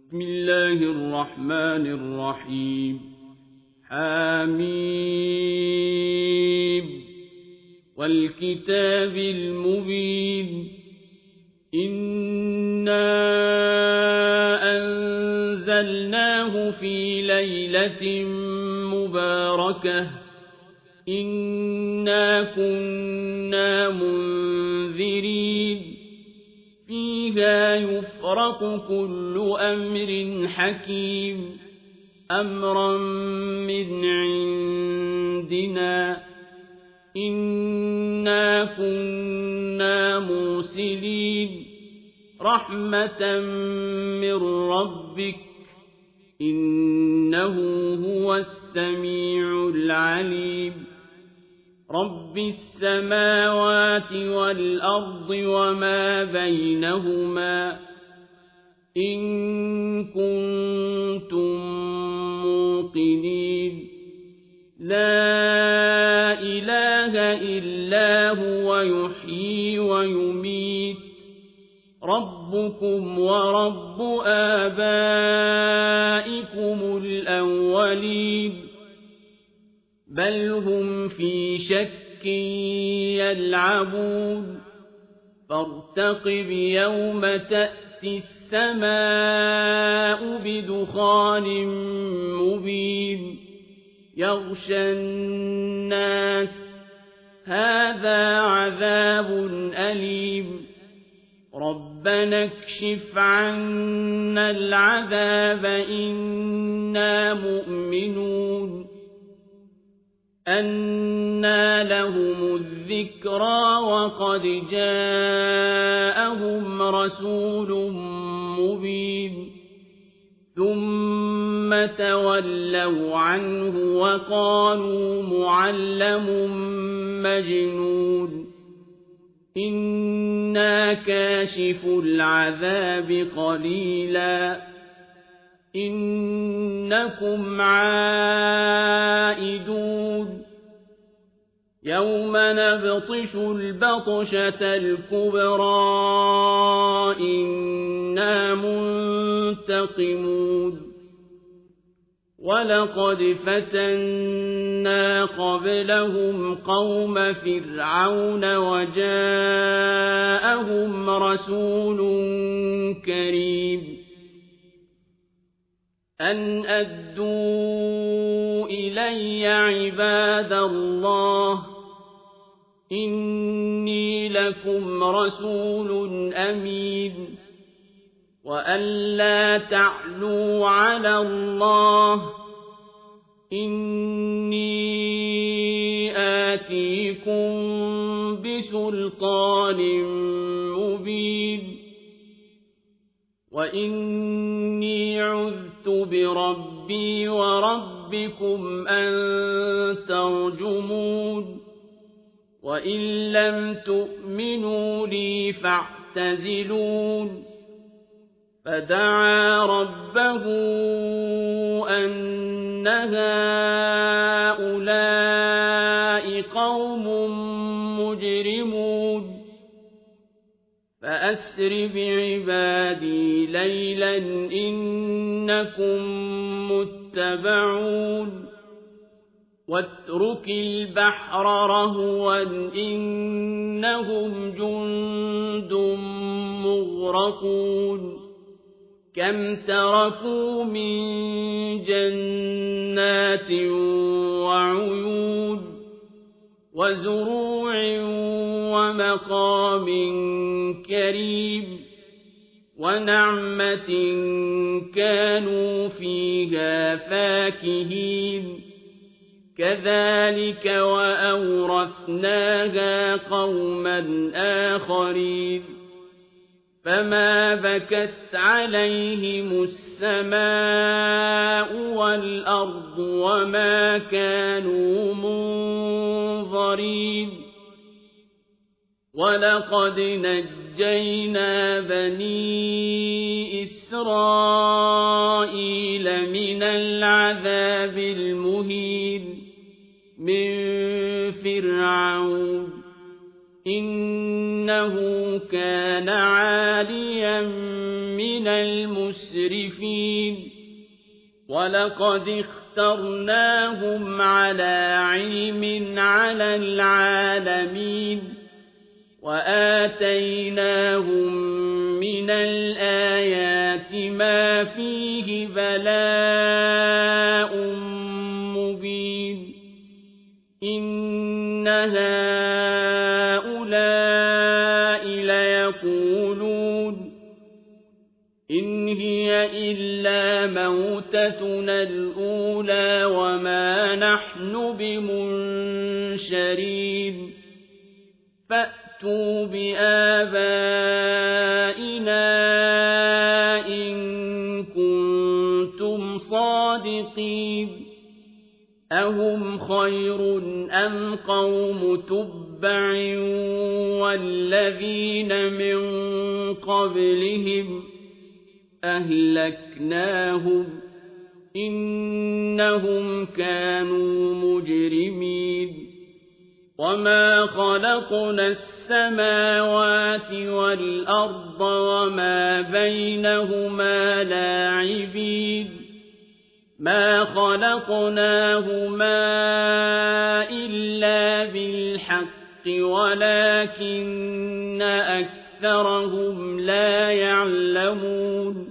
بسم الله الرحمن الرحيم حميم والكتاب المبين إنا أنزلناه في ليلة مباركة إنا كنا منذرين فيها يفرق كل أمر حكيم أمرا من عندنا إنا كنا مرسلين رحمة من ربك إنه هو السميع العليم رب السماوات والأرض وما بينهما إن كنتم موقنين لا إله إلا هو يحيي ويميت ربكم ورب آبائكم الأولين بل هم في شك يلعبون فارتقب يوم تأتي السماء بدخان مبين يغشى الناس هذا عذاب أليم ربنا اكشف عنا العذاب إنا مؤمنون أنى لهم الذكرى وقد جاءهم رسول مبين ثم تولوا عنه وقالوا معلم مجنون إنا كاشف العذاب قليلا إنكم عائدون يوم نبطش البطشة الكبرى إنا منتقمون ولقد فتنا قبلهم قوم فرعون وجاءهم رسول كريم أن أدوا إلي عباد الله إني لكم رسول أمين وأن لا تعلوا على الله إني آتيكم بسلطان مبين وإني عذت بربي وربكم أن ترجمون وإن لم تؤمنوا لي فاعتزلون فدعا ربه أن هؤلاء قوم مجرمون فأسر بعبادي ليلا إنكم متبعون واترك البحر رهوا إنهم جند مغرقون كم تركوا من جنات وعيون وزروع ومقام كريم ونعمة كانوا فيها فاكهين كذلك وأورثناها قوما آخرين فما بكت عليهم السماء والأرض وما كانوا منظرين ولقد نجينا بني إسرائيل من العذاب المهين من فرعون إنه كان عاليا من المسرفين المشركين ولقد اخترناهم على علم على العالمين وآتيناهم من الآيات ما فيه بلاء مبين إن هؤلاء ليقولون إن هي إلا موتتنا الأولى وما نحن بمنشرين فأتوا بآبائنا إن كنتم صادقين أهم خير أم قوم تبع والذين من قبلهم أهلكناهم إنهم كانوا مجرمين وما خلقنا السماوات والأرض وما بينهما لاعبين ما خلقناهما إلا بالحق ولكن أكثرهم لا يعلمون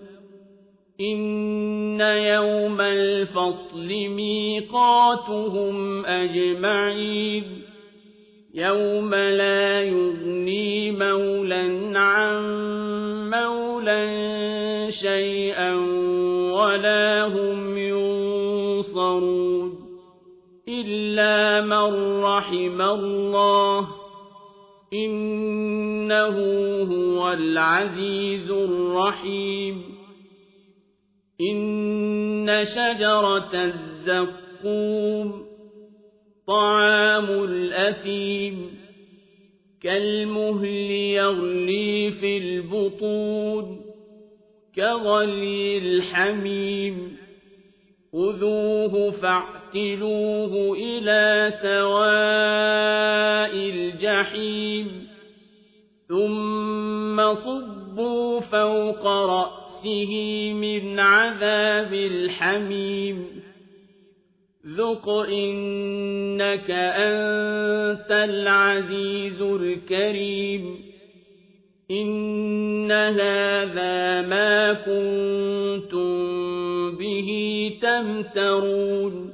إن يوم الفصل ميقاتهم أجمعين يوم لا يغني مولى عن مولى شيئا ولا هم ينصرون إلا من رحم الله إنه هو العزيز الرحيم إن شجرة الزقوم طعام الأثيم كالمهل يغلي في البطون كغلي الحميم خذوه فاعتلوه إلى سواء الجحيم ثم صبوا فوق رأسه من عذاب الحميم ذق إنك أنت العزيز الكريم إن هذا ما كنتم به تمترون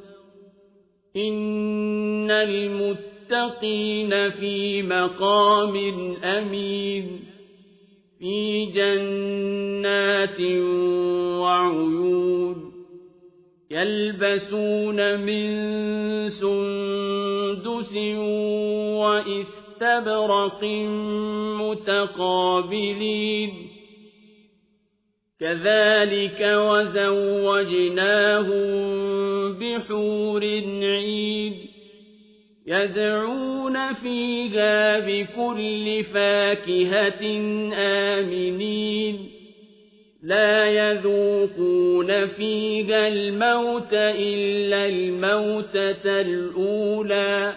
إن المتقين في مقام أمين في جنات وعيون يلبسون من سندس وإستبرق متقابلين كذلك وزوجناهم بحور عين يدعون فيها بكل فاكهة آمنين لا يذوقون فيها الموت إلا الموتة الأولى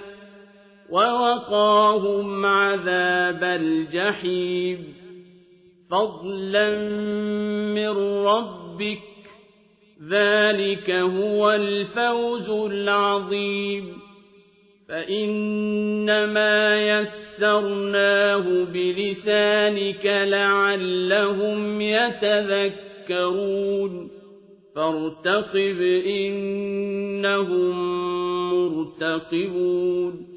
ووقاهم عذاب الجحيم فضلا من ربك ذلك هو الفوز العظيم فإنما يسرناه بلسانك لعلهم يتذكرون فارتقب إنهم مرتقبون